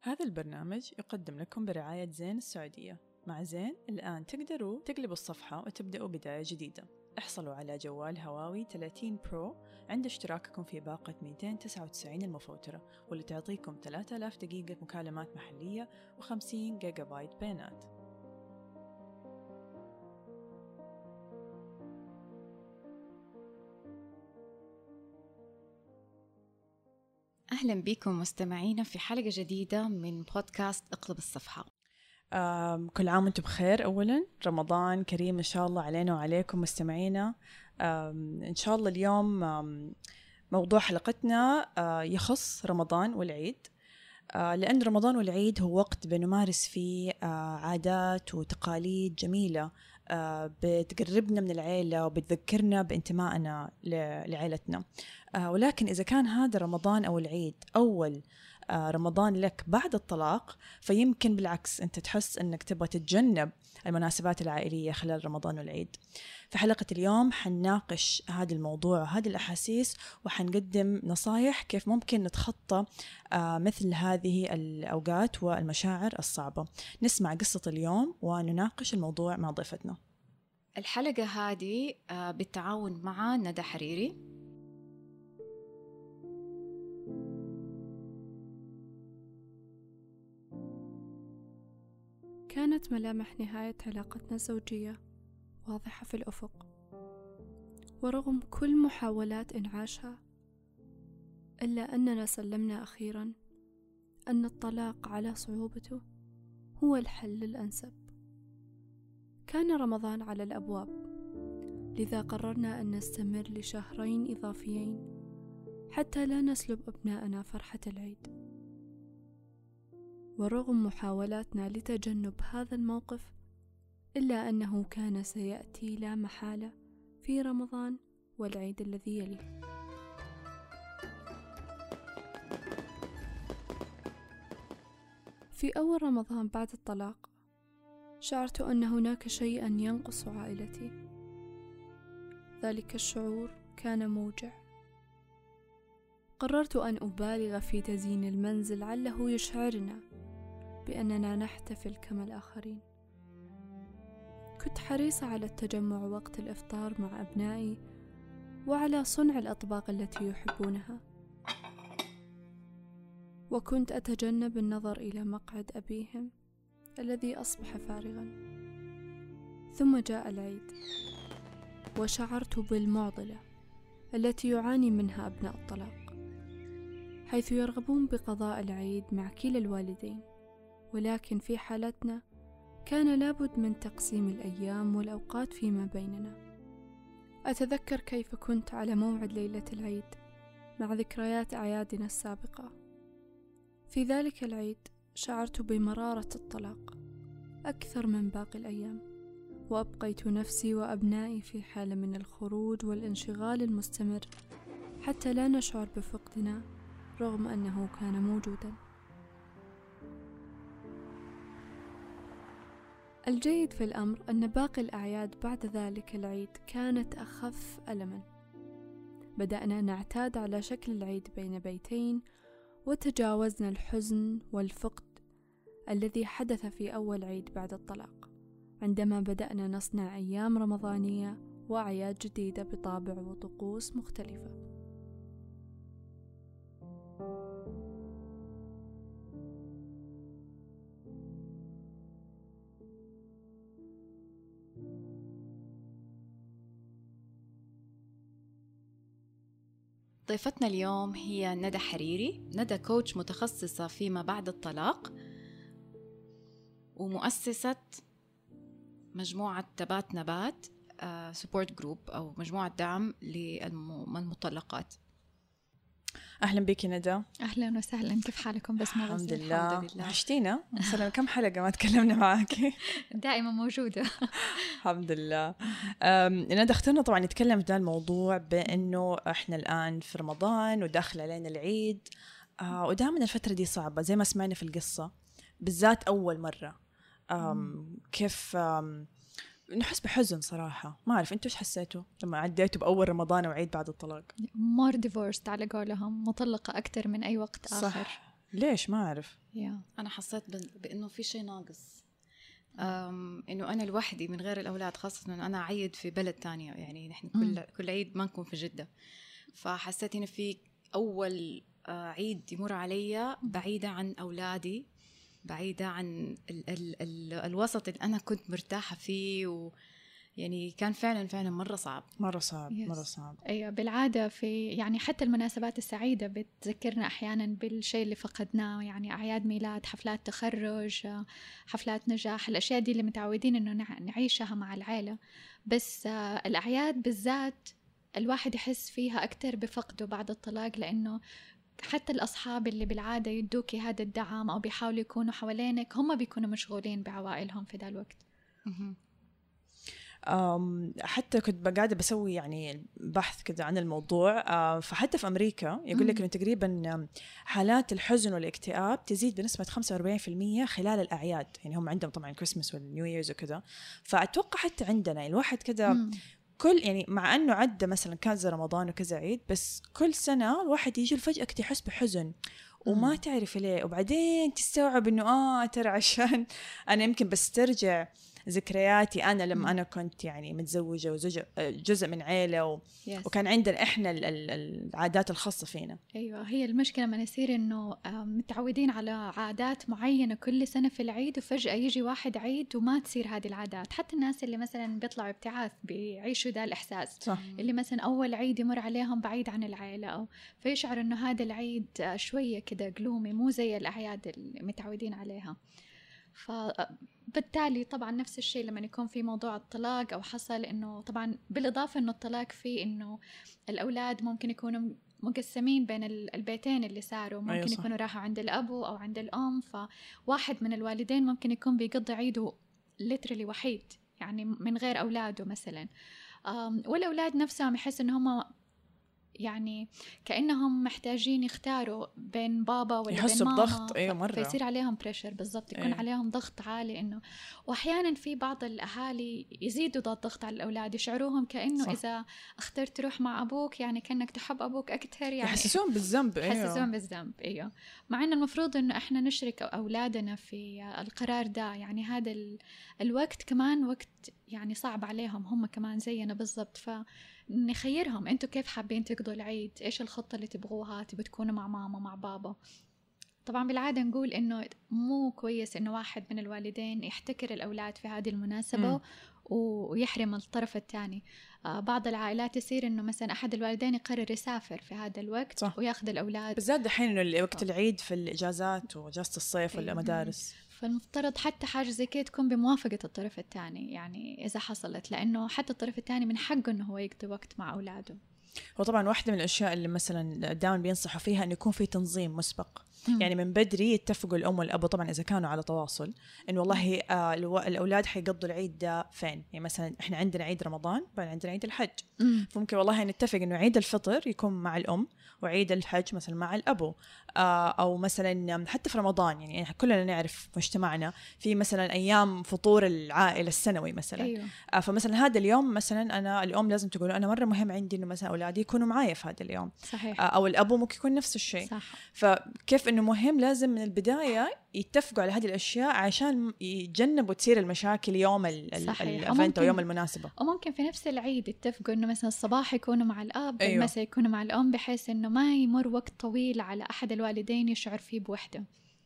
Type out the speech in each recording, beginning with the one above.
هذا البرنامج يقدم لكم برعاية زين السعودية. مع زين الآن تقدروا تقلبوا الصفحة وتبدأوا بداية جديدة. احصلوا على جوال هواوي 30 برو عند اشتراككم في باقة 299 المفوترة، واللي تعطيكم 3000 دقيقة مكالمات محلية و50 جيجا بايت بيانات. أهلا بكم مستمعينا في حلقة جديدة من بودكاست اقلب الصفحة. كل عام وانتم بخير. أولا رمضان كريم إن شاء الله علينا وعليكم مستمعينا. إن شاء الله اليوم موضوع حلقتنا يخص رمضان والعيد، لأن رمضان والعيد هو وقت بنمارس فيه عادات وتقاليد جميلة بتقربنا من العيلة وبتذكرنا بانتمائنا لعيلتنا. ولكن إذا كان هذا رمضان أو العيد أول رمضان لك بعد الطلاق، فيمكن بالعكس أنت تحس أنك تبغى تتجنب المناسبات العائلية خلال رمضان والعيد. في حلقة اليوم حنناقش هذا الموضوع وهذه الأحاسيس، وحنقدم نصايح كيف ممكن نتخطى مثل هذه الأوقات والمشاعر الصعبة. نسمع قصة اليوم ونناقش الموضوع مع ضيفتنا. الحلقة هذه بالتعاون مع ندى حريري. كانت ملامح نهاية علاقتنا الزوجية واضحة في الأفق، ورغم كل محاولات إنعاشها إلا أننا سلمنا أخيرا أن الطلاق على صعوبته هو الحل الأنسب. كان رمضان على الأبواب، لذا قررنا أن نستمر لشهرين إضافيين حتى لا نسلب أبناءنا فرحة العيد. ورغم محاولاتنا لتجنب هذا الموقف إلا أنه كان سيأتي لا محالة في رمضان والعيد الذي يليه. في أول رمضان بعد الطلاق شعرت أن هناك شيئا ينقص عائلتي. ذلك الشعور كان موجع. قررت أن أبالغ في تزيين المنزل عله يشعرنا بأننا نحتفل كما الآخرين. كنت حريصة على التجمع وقت الإفطار مع أبنائي وعلى صنع الأطباق التي يحبونها، وكنت أتجنب النظر إلى مقعد أبيهم الذي أصبح فارغا. ثم جاء العيد وشعرت بالمعضلة التي يعاني منها أبناء الطلاق، حيث يرغبون بقضاء العيد مع كلا الوالدين، ولكن في حالتنا كان لابد من تقسيم الأيام والأوقات فيما بيننا. أتذكر كيف كنت على موعد ليلة العيد مع ذكريات أعيادنا السابقة. في ذلك العيد شعرت بمرارة الطلاق أكثر من باقي الأيام، وأبقيت نفسي وأبنائي في حالة من الخروج والانشغال المستمر حتى لا نشعر بفقدنا رغم أنه كان موجودا. الجيد في الأمر أن باقي الأعياد بعد ذلك العيد كانت أخف ألما. بدأنا نعتاد على شكل العيد بين بيتين، وتجاوزنا الحزن والفقد الذي حدث في أول عيد بعد الطلاق، عندما بدأنا نصنع أيام رمضانية وأعياد جديدة بطابع وطقوس مختلفة. ضيفتنا اليوم هي ندى حريري. ندى كوتش متخصصة فيما بعد الطلاق، ومؤسسة مجموعة تبات نبات سبورت جروب أو مجموعة دعم للمطلقات. أهلا بك ندى. أهلا وسهلا، كيف حالكم؟ بس الحمد لله. وحشتينا، صار كم حلقة ما تكلمنا معاك. دائما موجودة. الحمد لله. ندى اخترنا طبعا نتكلم في هذا الموضوع بأنه إحنا الآن في رمضان وداخل علينا العيد، ودائما الفترة دي صعبة زي ما سمعنا في القصة، بالذات أول مرة. كيف نحس بحزن صراحة. ما أعرف أنتوا إيش حسيتوا لما عديتوا بأول رمضان وعيد بعد الطلاق؟ مور ديفورست على قولهم، مطلقة أكتر من أي وقت آخر. صح، ليش ما أعرف؟ أنا حسيت بأنه في شيء ناقص، إنه أنا لوحدي من غير الأولاد، خاصة إنه أنا عيد في بلد تانية، يعني نحن كل عيد ما نكون في جدة. فحسيت إنه في أول عيد يمر علي بعيدة عن أولادي، بعيدة عن الوسط اللي أنا كنت مرتاحة فيه، يعني كان فعلا مرة صعب. أيوة، بالعادة في يعني حتى المناسبات السعيدة بتذكرنا أحيانا بالشيء اللي فقدناه، يعني أعياد ميلاد، حفلات تخرج، حفلات نجاح، الأشياء دي اللي متعودين إنه نعيشها مع العائلة. بس الأعياد بالذات الواحد يحس فيها أكتر بفقده بعد الطلاق، لأنه حتى الأصحاب اللي بالعادة يدوكي هذا الدعم أو بيحاولوا يكونوا حوالينك هم بيكونوا مشغولين بعوائلهم في ذا الوقت. حتى كنت قاعدة بسوي يعني بحث كده عن الموضوع، فحتى في أمريكا يقول لك إنه تقريبا حالات الحزن والاكتئاب تزيد بنسبة 45% خلال الأعياد. يعني هم عندهم طبعا كريسماس والنيو ييرز وكذا، فأتوقع حتى عندنا الواحد كده كل يعني مع أنه عدى مثلا كذا رمضان وكذا عيد، بس كل سنة الواحد يجي فجأة كده يحس بحزن وما تعرف ليه، وبعدين تستوعب إنه ترى عشان أنا يمكن بسترجع ذكرياتي أنا لما أنا كنت يعني متزوجة وجزء من عيلة وكان عندنا إحنا العادات الخاصة فينا. أيوة، هي المشكلة ما يصير إنه متعودين على عادات معينة كل سنة في العيد، وفجأة يجي واحد عيد وما تصير هذه العادات. حتى الناس اللي مثلا بيطلعوا ابتعاث بيعيشوا ذا الإحساس، صح. اللي مثلا أول عيد يمر عليهم بعيد عن العيلة، أو فيشعر إنه هذا العيد شوية كده قلومي، مو زي الأعياد اللي متعودين عليها. فبالتالي طبعا نفس الشيء لما يكون في موضوع الطلاق أو حصل، إنه طبعا بالإضافة إنه الطلاق فيه إنه الأولاد ممكن يكونوا مقسمين بين البيتين اللي صاروا، ممكن أيوة يكونوا راحوا عند الأبو أو عند الأم، فواحد من الوالدين ممكن يكون بيقضي عيده literally وحيد، يعني من غير أولاده مثلا. والأولاد نفسهم يحس إن هم يعني كأنهم محتاجين يختاروا بين بابا ولا بين ماما، بضغط. أيوة مرة فيصير عليهم بريشر، بالضبط، يكون عليهم ضغط عالي. إنه وأحيانا في بعض الأهالي يزيدوا الضغط على الأولاد، يشعروهم كأنه صح. إذا اخترت تروح مع أبوك يعني كأنك تحب أبوك أكتر، يعني يحسسون بالذنب. يحسسون بالذنب. أيوة، مع إن المفروض إنه إحنا نشرك أولادنا في القرار ده. يعني هذا الوقت كمان وقت يعني صعب عليهم، هم كمان زينا بالضبط، نخيرهم انتوا كيف حابين تقضوا العيد، ايش الخطة اللي تبغوها، تبي تكونوا مع ماما مع بابا. طبعا بالعادة نقول انه مو كويس انه واحد من الوالدين يحتكر الاولاد في هذه المناسبة ويحرم الطرف الثاني. بعض العائلات يصير انه مثلا احد الوالدين يقرر يسافر في هذا الوقت صح. وياخذ الاولاد، بالذات دحين انه وقت العيد في الاجازات واجازة الصيف والمدارس، فالمفترض حتى حاجة زي كده تكون بموافقة الطرف الثاني، يعني إذا حصلت، لأنه حتى الطرف الثاني من حقه إنه هو يقضي وقت مع أولاده. وطبعا واحدة من الأشياء اللي مثلا دائما بينصحوا فيها أن يكون في تنظيم مسبق. يعني من بدري يتفقوا الأم والأب طبعا إذا كانوا على تواصل إنه والله الأولاد حيقضوا العيد ده فين. يعني مثلا إحنا عندنا عيد رمضان، بعد عندنا عيد الحج، فممكن والله نتفق إنه عيد الفطر يكون مع الأم وعيد الحج مثلا مع الأبو، أو مثلا حتى في رمضان يعني كلنا نعرف مجتمعنا في مثلا أيام فطور العائلة السنوي مثلا. أيوة. فمثلا هذا اليوم مثلا أنا الأم لازم تقول أنا مرة مهم عندي إنه مثلا أولادي يكونوا معايا في هذا اليوم. صحيح. أو الأبو ممكن يكون نفس الشيء. صح. فكيف إنه مهم لازم من البداية يتفقوا على هذه الأشياء عشان يتجنبوا تصير المشاكل يوم الإيفنت أو يوم المناسبة. وممكن في نفس العيد يتفقوا إنه مثلا الصباح يكونوا مع الأب، أيوة. المساء يكونوا مع الأم، بحيث إنه ما يمر وقت طويل على أحد الوالدين يشعر فيه بوحدة.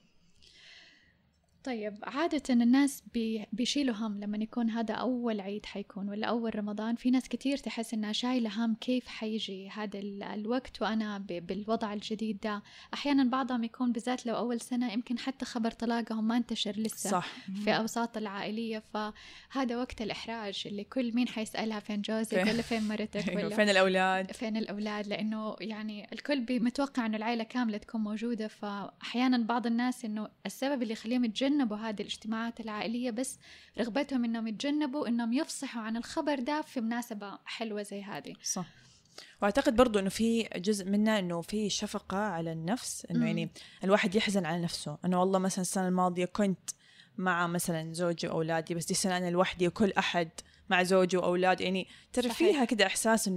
طيب، عادة الناس بيشيلوا هم لما يكون هذا أول عيد حيكون ولا أول رمضان. في ناس كتير تحس إنها شايلة هم كيف حيجي هذا الوقت وأنا بالوضع الجديد ده. أحيانا بعضهم يكون بالذات لو أول سنة يمكن حتى خبر طلاقهم ما انتشر لسه صح. في أوساط العائلية، فهذا وقت الإحراج اللي كل مين حيسألها فين جوزك ولا فين مرتك ولا فين الأولاد، لأنه يعني الكل متوقع إنه العائلة كاملة تكون موجودة. فأحيانا بعض الناس إنه السبب اللي يخليهم يتجنبوا هذه الاجتماعات العائلية بس رغبتهم إنهم يتجنبوا إنهم يفصحوا عن الخبر ده في مناسبة حلوة زي هذه. صح. وأعتقد برضو إنه في جزء منها إنه في شفقة على النفس، إنه يعني الواحد يحزن على نفسه إنه والله مثلا السنة الماضية كنت مع مثلا زوجي وأولادي، بس دي السنة أنا لوحدي وكل أحد مع زوجي وأولاد. يعني ترى فيها كده إحساس إنه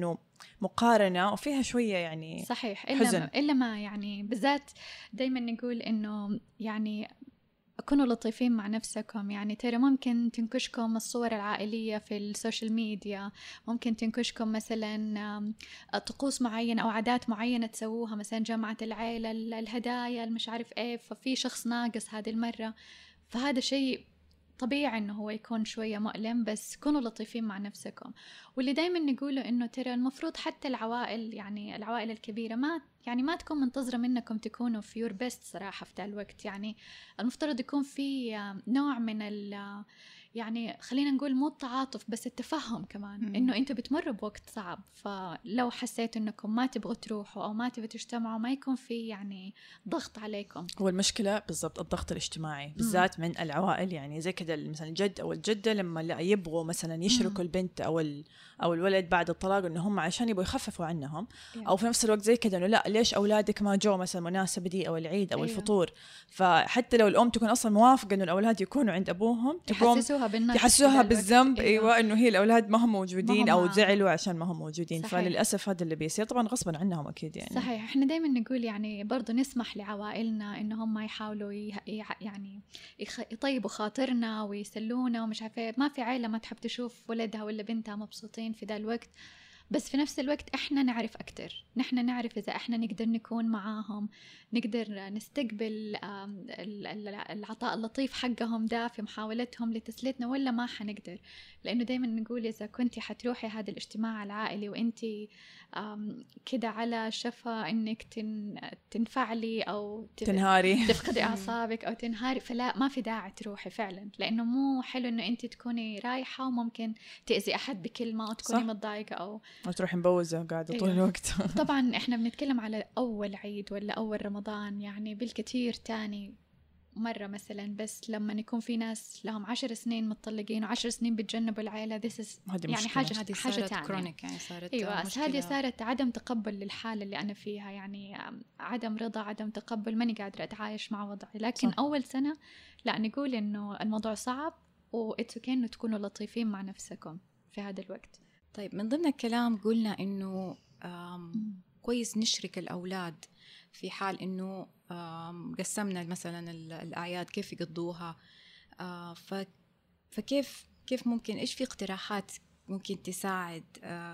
مقارنة وفيها شوية يعني صحيح. حزن. إلا ما يعني بالذات دايما نقول إنه يعني كونوا لطيفين مع نفسكم. يعني ترى ممكن تنكشكم الصور العائلية في السوشيال ميديا، ممكن تنكشكم مثلا طقوس معينة أو عادات معينة تسووها، مثلا جمعة العيلة، الهدايا، المش عارف إيه، ففي شخص ناقص هذه المرة. فهذا شيء طبيعي إنه هو يكون شوية مؤلم، بس كونوا لطيفين مع نفسكم. واللي دايما نقوله إنه ترى المفروض حتى العوائل، يعني العوائل الكبيرة، ما تكون منتظرة منكم تكونوا في يور بيست صراحة في ذا الوقت. يعني المفترض يكون في نوع من يعني خلينا نقول مو التعاطف بس التفهم كمان، إنه أنتوا بتمروا بوقت صعب. فلو حسيتوا إنكم ما تبغوا تروحوا أو ما تبغوا تجتمعوا، ما يكون في يعني ضغط عليكم. هو المشكلة بالضبط الضغط الاجتماعي بالذات من العوائل. يعني زي كده مثلا الجد أو الجدة لما لا يبغوا مثلا يشركوا البنت أو الولد بعد الطلاق، إنه هم عشان يبغوا يخففوا عنهم، أو في نفس الوقت زي كده إنه لا ليش أولادك ما جو مثلا مناسبة دي أو العيد أو الفطور. فحتى لو الأم تكون أصلا موافقة إنه الأولاد يكونوا عند أبوهم، يحسوها بالذنب. أيوة إنه هي الأولاد ما هم موجودين أو زعلوا عشان ما هم موجودين. صحيح. فللأسف هذا اللي بيصير طبعا غصبا عنهم أكيد. يعني صحيح. إحنا دايما نقول يعني برضو نسمح لعوائلنا إنهم ما يحاولوا يعني يطيبوا خاطرنا ويسلونا ومش عارفة. ما في عائلة ما تحب تشوف ولدها ولا بنتها مبسوطين في ذا الوقت، بس في نفس الوقت إحنا نعرف أكتر. نحن نعرف إذا إحنا نقدر نكون معاهم، نقدر نستقبل العطاء اللطيف حقهم ده في محاولتهم لتسليتنا، ولا ما حنقدر. لأنه دايما نقول إذا كنتي حتروحي هذا الاجتماع العائلي وإنتي كده على شفا إنك تنفعلي أو تنهاري تفقدي أعصابك أو تنهاري، فلا ما في داعي تروحي فعلا. لأنه مو حلو إنه أنت تكوني رايحة وممكن تأذي أحد بكلمة أو تكوني متضايقة أو تروحي مبوزة قاعدة طول الوقت. طبعا إحنا بنتكلم على أول عيد ولا أول رمضان، يعني بالكثير تاني مرة مثلا. بس لما يكون في ناس لهم 10 سنين متطلقين و10 سنين بتجنبوا العائلة، يعني حاجة تانية. يعني صارت أيوة، هذه صارت عدم تقبل للحالة اللي أنا فيها. يعني عدم رضا، عدم تقبل، ماني قادرة أتعايش مع وضعي. لكن صح. أول سنة لا، نقول إنه الموضوع صعب وإتس أوكي إنه تكونوا لطيفين مع نفسكم في هذا الوقت. طيب من ضمن الكلام قلنا إنه كويس نشرك الأولاد في حال إنه قسمنا مثلا الأعياد كيف يقضوها. فكيف ممكن، إيش في اقتراحات ممكن تساعد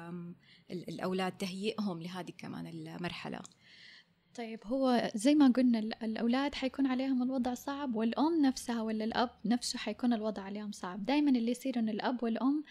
الأولاد تهيئهم لهذه كمان المرحلة؟ طيب هو زي ما قلنا الأولاد حيكون عليهم الوضع صعب، والأم نفسها ولا الأب نفسه حيكون الوضع عليهم صعب. دايما اللي يصير إن الأب والأم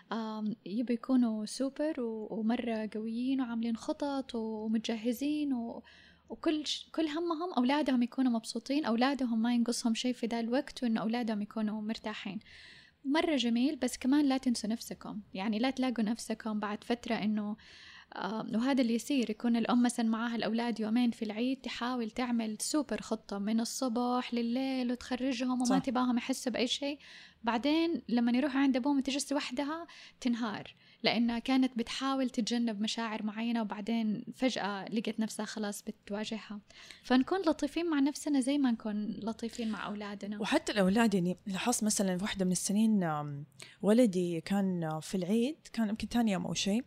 يبقوا يكونوا سوبر ومرة قويين وعاملين خطط ومتجهزين وكل همهم أولادهم يكونوا مبسوطين، أولادهم ما ينقصهم شيء في ذا الوقت، وإن أولادهم يكونوا مرتاحين. مرة جميل. بس كمان لا تنسوا نفسكم. يعني لا تلاقوا نفسكم بعد فترة إنه وهذا اللي يصير، يكون الأم مثلا معاها الأولاد يومين في العيد تحاول تعمل سوبر خطة من الصبح لليل وتخرجهم وما تباهم يحسوا بأي شيء. بعدين لما يروحوا عند أبوهم تجلس وحدها تنهار، لأنها كانت بتحاول تتجنب مشاعر معينة وبعدين فجأة لقت نفسها خلاص بتواجهها. فنكون لطيفين مع نفسنا زي ما نكون لطيفين مع أولادنا. وحتى الأولاد يعني لاحظت مثلا في واحدة من السنين ولدي كان في العيد، كان يمكن تاني يوم أو شيء،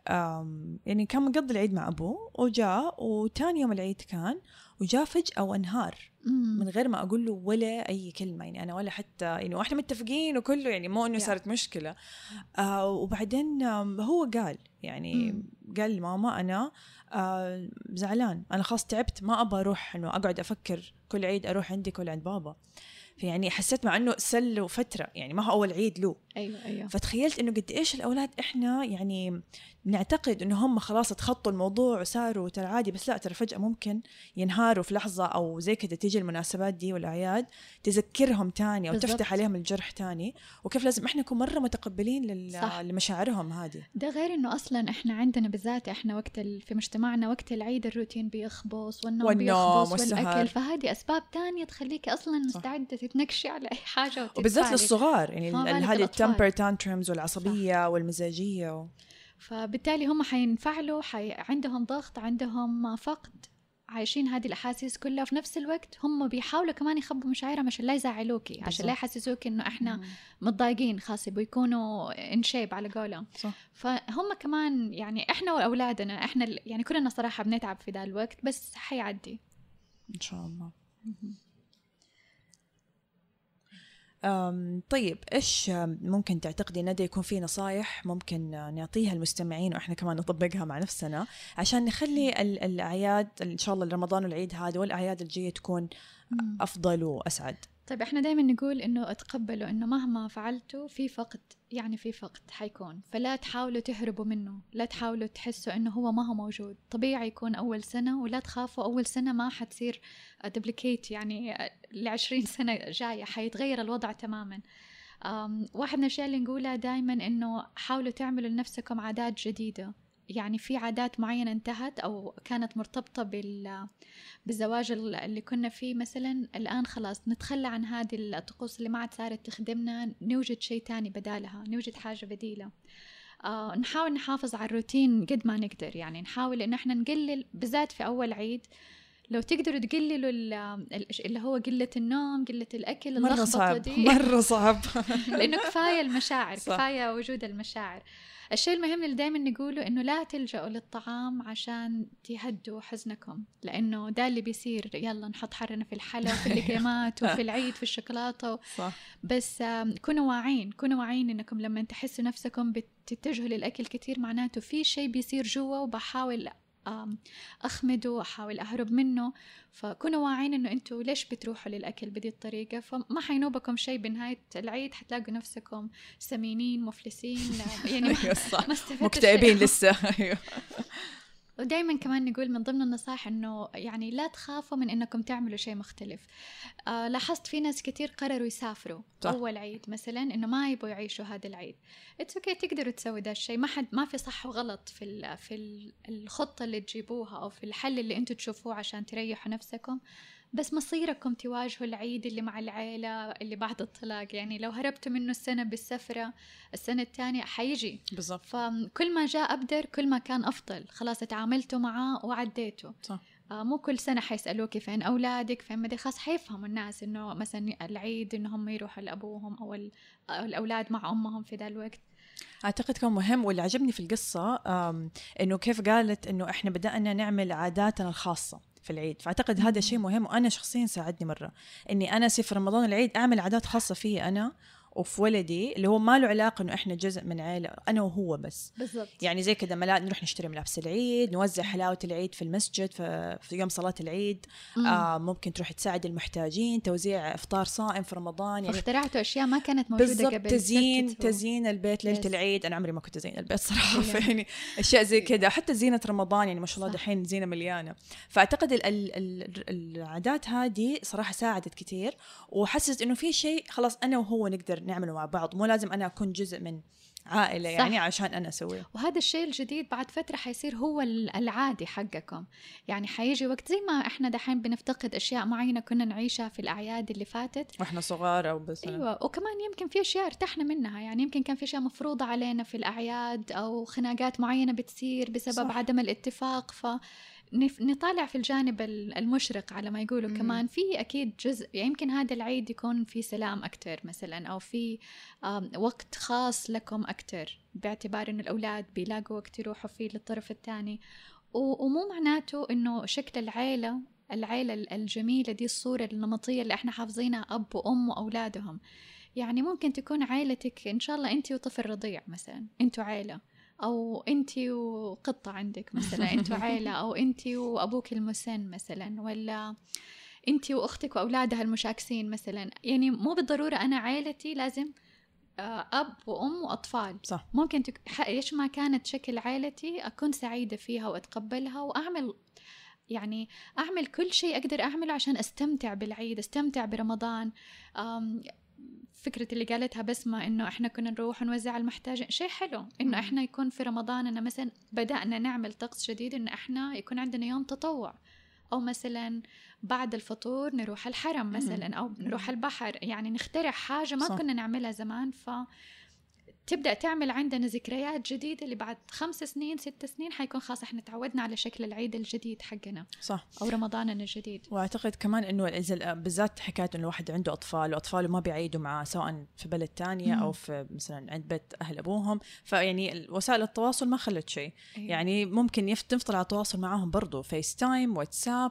يعني كان مقضي العيد مع أبوه وجاء، وتاني يوم العيد كان وجاء فجأة وانهار من غير ما أقول له ولا أي كلمة. يعني أنا ولا حتى يعني وإحنا متفقين وكله، يعني مو إنه صارت مشكلة. وبعدين هو قال يعني قال ماما أنا زعلان، أنا خلاص تعبت، ما أبغى أروح إنه أقعد أفكر كل عيد أروح عندك ولا عند بابا. فيعني حسيت مع إنه سلوا فترة، يعني ما هو أول عيد له. أيوة. فتخيلت إنه قد إيش الأولاد إحنا يعني نعتقد إنه هم خلاص تخطوا الموضوع وصاروا ترى عادي، بس لا، ترى فجأة ممكن ينهاروا في لحظة أو زي كده تيجي المناسبات دي والأعياد تذكرهم تاني أو بالضبط. تفتح عليهم الجرح تاني. وكيف لازم إحنا نكون مرة متقبلين لمشاعرهم هذه. ده غير إنه أصلاً إحنا عندنا بالذات إحنا في مجتمعنا وقت العيد الروتين بيخبص والنوم بيخبص والأكل، فهذه أسباب تانية تخليك أصلاً مستعدة تتنكشي على أي حاجة وبالذات للصغار، يعني هذه التمبر تانترمز والعصبية والمزاجية. فبالتالي هم حينفعلوا، عندهم ضغط، عندهم فقد عايشين هذه الأحاسيس كلها، وفي نفس الوقت هم بيحاولوا كمان يخبوا مشاعرهم عشان لا يزعلوكي، عشان لا يحسسوك إنه إحنا متضايقين، خاص بيكونوا انشيب على قولهم. فهم كمان يعني إحنا وأولادنا إحنا يعني كلنا صراحة بنتعب في ذا الوقت، بس حيعدي إن شاء الله. طيب إيش ممكن تعتقدي ندى يكون في نصايح ممكن نعطيها المستمعين وإحنا كمان نطبقها مع نفسنا عشان نخلي الأعياد إن شاء الله رمضان والعيد هذا والأعياد الجاية تكون أفضل وأسعد؟ طيب احنا دايما نقول انه اتقبلوا انه مهما فعلتوا في فقد، يعني في فقد حيكون، فلا تحاولوا تهربوا منه، لا تحاولوا تحسوا انه هو ما هو موجود. طبيعي يكون اول سنة، ولا تخافوا اول سنة ما حتصير دبليكيت، يعني ل20 سنة جاية حيتغير الوضع تماما. واحد من الاشياء اللي نقولها دايما انه حاولوا تعملوا لنفسكم عادات جديدة. يعني في عادات معينة انتهت أو كانت مرتبطة بالزواج اللي كنا فيه مثلا، الآن خلاص نتخلى عن هذه الطقوس اللي ما عاد صارت تخدمنا، نوجد شيء تاني بدالها، نوجد حاجة بديلة. نحاول نحافظ على الروتين قد ما نقدر، يعني نحاول إن احنا نقلل بالذات في أول عيد. لو تقدروا تقللوا اللي هو قلة النوم، قلة الأكل، مرة صعب مرة صعب لأنه كفاية المشاعر، كفاية وجود المشاعر. الشيء المهم اللي دايما نقوله إنه لا تلجأوا للطعام عشان تهدوا حزنكم، لأنه ده اللي بيصير، يلا نحط حرنا في الحلا وفي اللقيمات وفي العيد في الشوكولاتة. بس كونوا واعين إنكم لما تحسوا نفسكم بتتجهوا للأكل كتير، معناته في شيء بيصير جوا وبحاول أخمده، أحاول أهرب منه. فكونوا واعين إنه أنتوا ليش بتروحوا للأكل بدي الطريقة، فما حينوبكم شيء بنهاية العيد، حتلاقوا نفسكم سمينين مفلسين يعني ما مكتئبين لسه. ودايما كمان نقول من ضمن النصائح إنه يعني لا تخافوا من إنكم تعملوا شيء مختلف. لاحظت في ناس كتير قرروا يسافروا أول عيد مثلا، إنه ما يبوا يعيشوا هذا العيد. تقدروا تسوي ده الشيء، ما في صح وغلط في الخطة اللي تجيبوها أو في الحل اللي أنتوا تشوفوه عشان تريحوا نفسكم. بس مصيركم تواجهوا العيد اللي مع العائلة اللي بعد الطلاق. يعني لو هربتوا منه السنة بالسفرة، السنة الثانية حيجي بالضبط. فكل ما جاء أبدر كل ما كان أفضل، خلاص تعاملتوا معاه وعديتوا. صح. مو كل سنة حيسألوك فين أولادك فين مدري، خلاص حيفهموا الناس إنه مثلا العيد إنهم يروحوا لأبوهم أو الأولاد مع أمهم في ذا الوقت. أعتقد كان مهم. واللي عجبني في القصة إنه كيف قالت إنه إحنا بدأنا نعمل عاداتنا الخاصة في العيد. فأعتقد هذا شيء مهم، وأنا شخصيا ساعدني مرة إني أنا في رمضان العيد أعمل عادات خاصة فيه أنا وفي ولدي، اللي هو ما له علاقة إنه إحنا جزء من عائلة أنا وهو بس. بالضبط. يعني زي كده نروح نشتري ملابس العيد، نوزع حلاوة العيد في المسجد في يوم صلاة العيد. ممكن تروح تساعد المحتاجين، توزيع إفطار صائم في رمضان. يعني اخترعتوا أشياء ما كانت موجودة قبل. تزيين البيت ليلة العيد. أنا عمري ما كنت أزين البيت صراحة. يعني أشياء زي كده، حتى زينة رمضان يعني ما شاء الله دحين زينة مليانة. فأعتقد العادات هذه صراحة ساعدت كتير، وحسست إنه في شيء خلاص أنا وهو نقدر نعمله مع بعض، مو لازم أنا أكون جزء من عائلة يعني عشان أنا أسويه. وهذا الشيء الجديد بعد فترة حيصير هو العادي حقكم. يعني حيجي وقت زي ما إحنا دحين بنفتقد أشياء معينة كنا نعيشها في الأعياد اللي فاتت وإحنا صغار أو بس. أيوة. وكمان يمكن في أشياء ارتحنا منها، يعني يمكن كان في أشياء مفروضة علينا في الأعياد أو خناقات معينة بتصير بسبب عدم الاتفاق. نطالع في الجانب المشرق على ما يقولوا. كمان في أكيد جزء، يمكن هذا العيد يكون في سلام أكتر مثلا، أو في وقت خاص لكم أكتر، باعتبار إنه الأولاد بيلاقوا وقت يروحوا فيه للطرف الثاني. ومو معناته إنه شكل العيلة الجميلة دي، الصورة النمطية اللي إحنا حافظينها أب وأم وأولادهم. يعني ممكن تكون عائلتك إن شاء الله أنت وطفل رضيع مثلا، أنتوا عائلة، أو أنتي وقطة عندك مثلا أنتوا عائلة، أو أنتي وأبوك المسن مثلا، ولا أنتي وأختك وأولادها المشاكسين مثلا. يعني مو بالضرورة أنا عائلتي لازم أب وأم وأطفال. صح. ممكن إيش ما كانت شكل عائلتي أكون سعيدة فيها وأتقبلها، وأعمل يعني أعمل كل شيء أقدر أعمله عشان أستمتع بالعيد، أستمتع برمضان. فكرة اللي قالتها بسمة إنه إحنا كنا نروح ونوزع المحتاجين، شيء حلو إنه إحنا يكون في رمضان أنا مثلا بدأنا نعمل طقس جديد إنه إحنا يكون عندنا يوم تطوع، أو مثلا بعد الفطور نروح الحرم مثلا، أو نروح البحر. يعني نخترع حاجة ما كنا نعملها زمان. تبدأ تعمل عندنا ذكريات جديدة اللي بعد 5 سنين 6 سنين حيكون خلاص احنا تعودنا على شكل العيد الجديد حقنا صح. أو رمضاننا الجديد. واعتقد كمان انه بالذات حكايه انه الواحد عنده اطفال واطفاله ما بيعيدوا معاه سواء في بلد تانية او في مثلا عند بيت اهل ابوهم، فيعني وسائل التواصل ما خلت شيء. أيوة. يعني ممكن تفضل على التواصل معاهم برضو، فيس تايم، واتساب،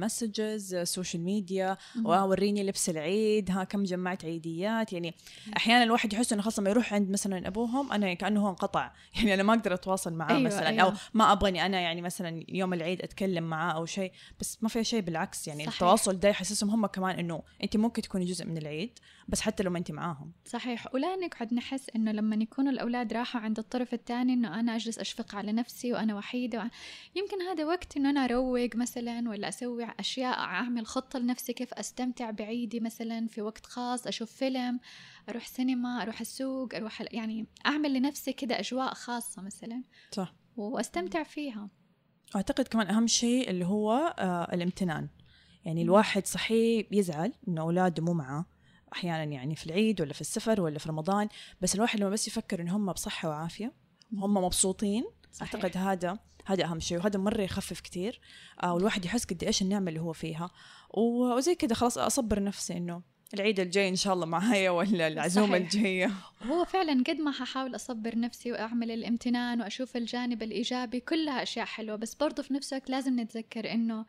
مسجز، سوشيال ميديا، ووريني لبس العيد، ها كم جمعت عيديات. يعني احيانا الواحد يحس انه خلاص لما يروح عند مثلا ابوهم انا كانه هو انقطع، يعني انا ما اقدر اتواصل معاه. أيوة مثلا أيوة. او ما ابغاني انا يعني مثلا يوم العيد اتكلم معاه او شيء، بس ما في شيء، بالعكس يعني. صحيح. التواصل ده يحسسهم هم كمان انه انت ممكن تكوني جزء من العيد بس حتى لو ما انت معاهم. صحيح. ولا نقعد نحس انه لما يكونوا الاولاد راحوا عند الطرف الثاني انه انا اجلس اشفق على نفسي وانا وحيده. يمكن هذا وقت انه انا اروق مثلا، ولا اسوي اشياء، اعمل خطه لنفسي كيف استمتع بعيدي، مثلا في وقت خاص اشوف فيلم، اروح سينما، اروح السوق، اروح يعني اعمل لنفسي كده اجواء خاصه مثلا. صح. واستمتع فيها. اعتقد كمان اهم شيء اللي هو الامتنان. يعني الواحد صحيح يزعل انه اولاده مو معاه احيانا، يعني في العيد ولا في السفر ولا في رمضان، بس الواحد لما بس يفكر ان هم بصحه وعافيه هم مبسوطين. صحيح. اعتقد هذا اهم شيء، وهذا مره يخفف كتير. والواحد يحس قد ايش النعمه اللي هو فيها، وزي كده خلاص اصبر نفسي انه العيد الجاي ان شاء الله معايا، ولا العزومه الجايه. هو فعلا قد ما هحاول اصبر نفسي واعمل الامتنان واشوف الجانب الايجابي، كلها اشياء حلوه، بس برضو في نفس الوقت لازم نتذكر انه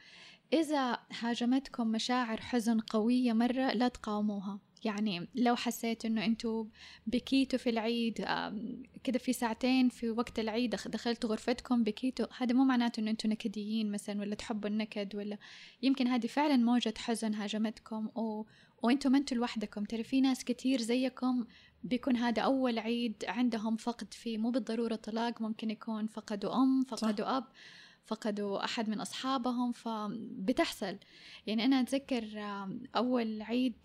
اذا هاجمتكم مشاعر حزن قويه مره لا تقاوموها. يعني لو حسيت انه انتوا بكيتوا في العيد كده في ساعتين في وقت العيد دخلتوا غرفتكم بكيتوا، هذا مو معناته انه انتوا نكديين مثلا ولا تحبوا النكد، ولا يمكن هذه فعلا موجة حزن هاجمتكم وانتوا ما انتوا لوحدكم. ترى في ناس كتير زيكم بيكون هذا أول عيد عندهم فقد فيه، مو بالضرورة طلاق، ممكن يكون فقدوا فقدوا صح. أب، فقدوا أحد من أصحابهم، فبتحصل. يعني أنا أتذكر أول عيد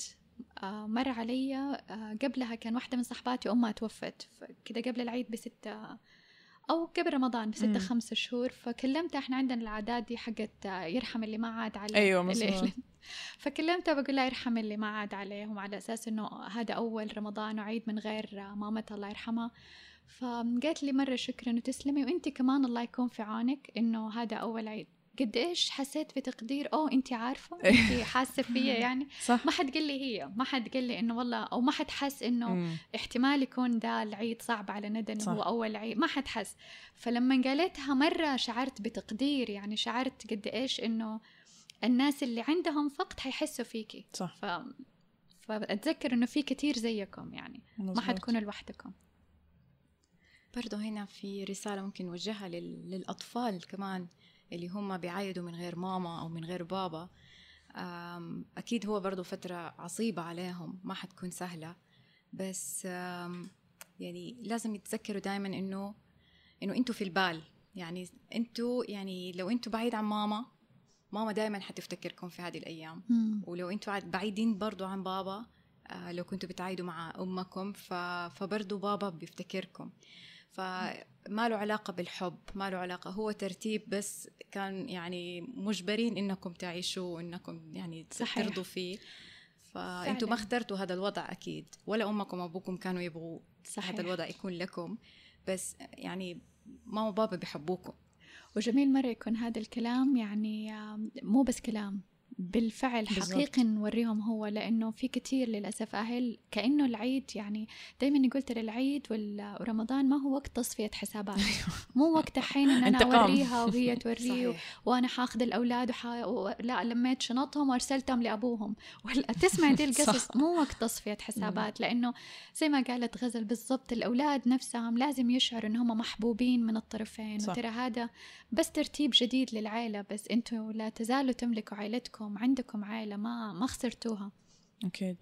مر علي قبلها كان واحدة من صحباتي أمها توفت كده قبل العيد ب6 أو قبل رمضان ب6 5 شهور، فكلمتها. إحنا عندنا العادات دي حقت يرحم اللي ما عاد عليه. أيوة مصر. فكلمتها بقول لها يرحم اللي ما عاد عليهم، على أساس إنه هذا أول رمضان وعيد من غير مامتها الله يرحمها. فقالت لي مرة شكرا وتسلمي، وإنتي كمان الله يكون في عونك إنه هذا أول عيد. قد إيش حسيت بتقدير، أنتي عارفة، أنتي حاسة فيا يعني. صح. ما حد قال لي هي، ما حد قال لي إنه والله، أو ما حد حس إنه احتمال يكون ده العيد صعب على ندى إنه هو أول عيد، ما حد حس. فلما قالتها مرة شعرت بتقدير، يعني شعرت قد إيش إنه الناس اللي عندهم فقد حيحسوا فيكي. صح. فأتذكر إنه في كتير زيكم، يعني ما حتكونوا لوحدكم. برضو هنا في رسالة ممكن نوجهها للأطفال كمان اللي هم بيعايدوا من غير ماما أو من غير بابا. أكيد هو برضو فترة عصيبة عليهم، ما حتكون سهلة، بس يعني لازم يتذكروا دايما إنه أنتوا في البال. يعني أنتوا، يعني لو أنتوا بعيد عن ماما دايما حتفتكركم في هذه الأيام. ولو أنتوا بعيدين برضو عن بابا، لو كنتوا بتعايدوا مع أمكم فبرضو بابا بيفتكركم. فما له علاقة بالحب، ما له علاقة، هو ترتيب بس كان يعني مجبرين إنكم تعيشوا وإنكم يعني ترضوا فيه. فأنتوا ما اخترتوا هذا الوضع أكيد، ولا أمكم وأبوكم كانوا يبغوا هذا الوضع يكون لكم، بس يعني ماما وبابا بيحبوكم. وجميل مرة يكون هذا الكلام يعني مو بس كلام، بالفعل حقيقي نوريهم هو. لأنه في كتير للأسف أهل كأنه العيد، يعني دايما قلت العيد ورمضان ما هو وقت تصفية حسابات. مو وقت حين إن أنا أوريها وهي توريه وأنا حاخذ الأولاد لا لميت شنطهم وأرسلتهم لأبوهم، ولا تسمع دي القصص. مو وقت تصفية حسابات، لأنه زي ما قالت غزل بالضبط، الأولاد نفسهم لازم يشعروا إن هم محبوبين من الطرفين. وترى هذا بس ترتيب جديد للعائلة، بس أنتوا لا تزالوا تملكوا عائلتكم، عندكم عائلة ما خسرتوها. أكيد.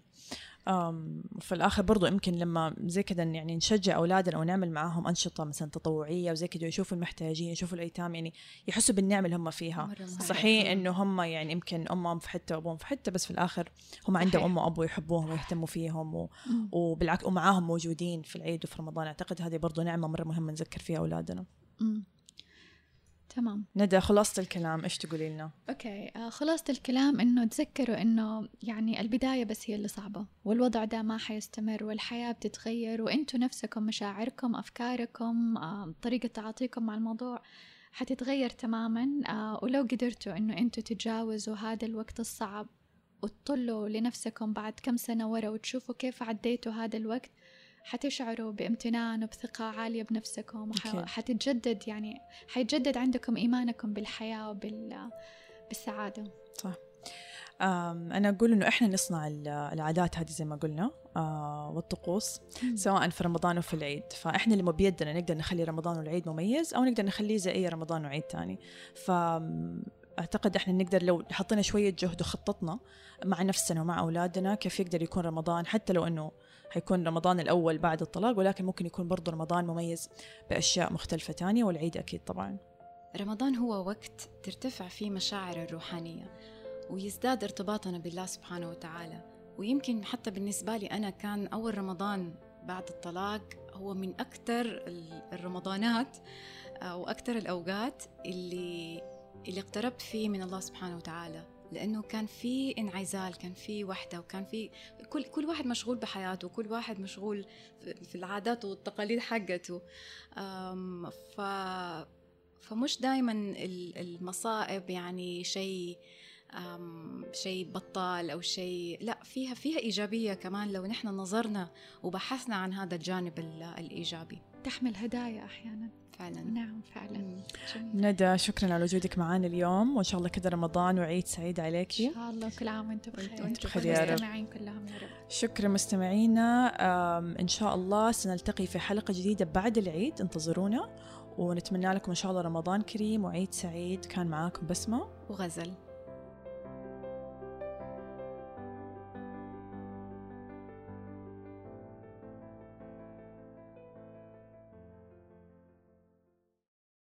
في الآخر برضو يمكن لما زي كده يعني نشجع أولادنا أو نعمل معاهم أنشطة مثلا تطوعية وزي كده، يشوفوا المحتاجين، يشوفوا الأيتام، يعني يحسوا بالنعمة اللي هم فيها. صحيح إنه هم يعني يمكن أمهم في حتة وأبوهم في حتة، بس في الآخر هم عندهم أم وأبو يحبوهم ويهتموا فيهم وبالعكس ومعاهم موجودين في العيد وفي رمضان. أعتقد هذه برضو نعمة مرة مهمة نذكر فيها أولادنا. تمام. ندى خلاصة الكلام إيش تقولي لنا؟ أوكي، خلاصة الكلام إنه تذكروا إنه يعني البداية بس هي اللي صعبة، والوضع ده ما حيستمر، والحياة بتتغير، وإنتوا نفسكم مشاعركم أفكاركم طريقة تعاطيكم مع الموضوع حتتغير تماما. ولو قدرتوا إنه إنتوا تتجاوزوا هذا الوقت الصعب وتطلوا لنفسكم بعد كم سنة ورا وتشوفوا كيف عديتوا هذا الوقت، حتشعروا بامتنان وبثقة عالية بنفسكم، حتتجدد يعني حيتجدد عندكم إيمانكم بالحياة وبالسعادة. صح. أنا أقول إنه إحنا نصنع العادات هذه زي ما قلنا والطقوس سواء في رمضان وفي العيد، فإحنا اللي بيدنا نقدر نخلي رمضان والعيد مميز أو نقدر نخليه زي أي رمضان وعيد تاني. أعتقد إحنا نقدر لو حطينا شوية جهد وخططنا مع نفسنا ومع أولادنا كيف يقدر يكون رمضان، حتى لو إنه هيكون رمضان الأول بعد الطلاق، ولكن ممكن يكون برضو رمضان مميز بأشياء مختلفة تانية، والعيد أكيد طبعا. رمضان هو وقت ترتفع فيه مشاعر الروحانية ويزداد ارتباطنا بالله سبحانه وتعالى. ويمكن حتى بالنسبة لي أنا كان أول رمضان بعد الطلاق هو من أكثر الرمضانات وأكثر الأوقات اللي اقتربت فيه من الله سبحانه وتعالى، لأنه كان في انعزال، كان في وحدة، وكان في كل واحد مشغول بحياته، كل واحد مشغول في العادات والتقاليد حقته. فمش دايما المصائب يعني شيء بطال أو شيء، لا، فيها إيجابية كمان لو نحن نظرنا وبحثنا عن هذا الجانب الإيجابي. تحمل هدايا أحيانا فعلا. نعم فعلا. ندى شكرا على وجودك معنا اليوم، وإن شاء الله كذا رمضان وعيد سعيد عليك. إن شاء الله كل عام وأنتم بخير. وأنتم بخير يا رب. المستمعين كلهم يا رب. شكرا مستمعينا. إن شاء الله سنلتقي في حلقة جديدة بعد العيد، انتظرونا، ونتمنى لكم إن شاء الله رمضان كريم وعيد سعيد. كان معاكم بسمة وغزل.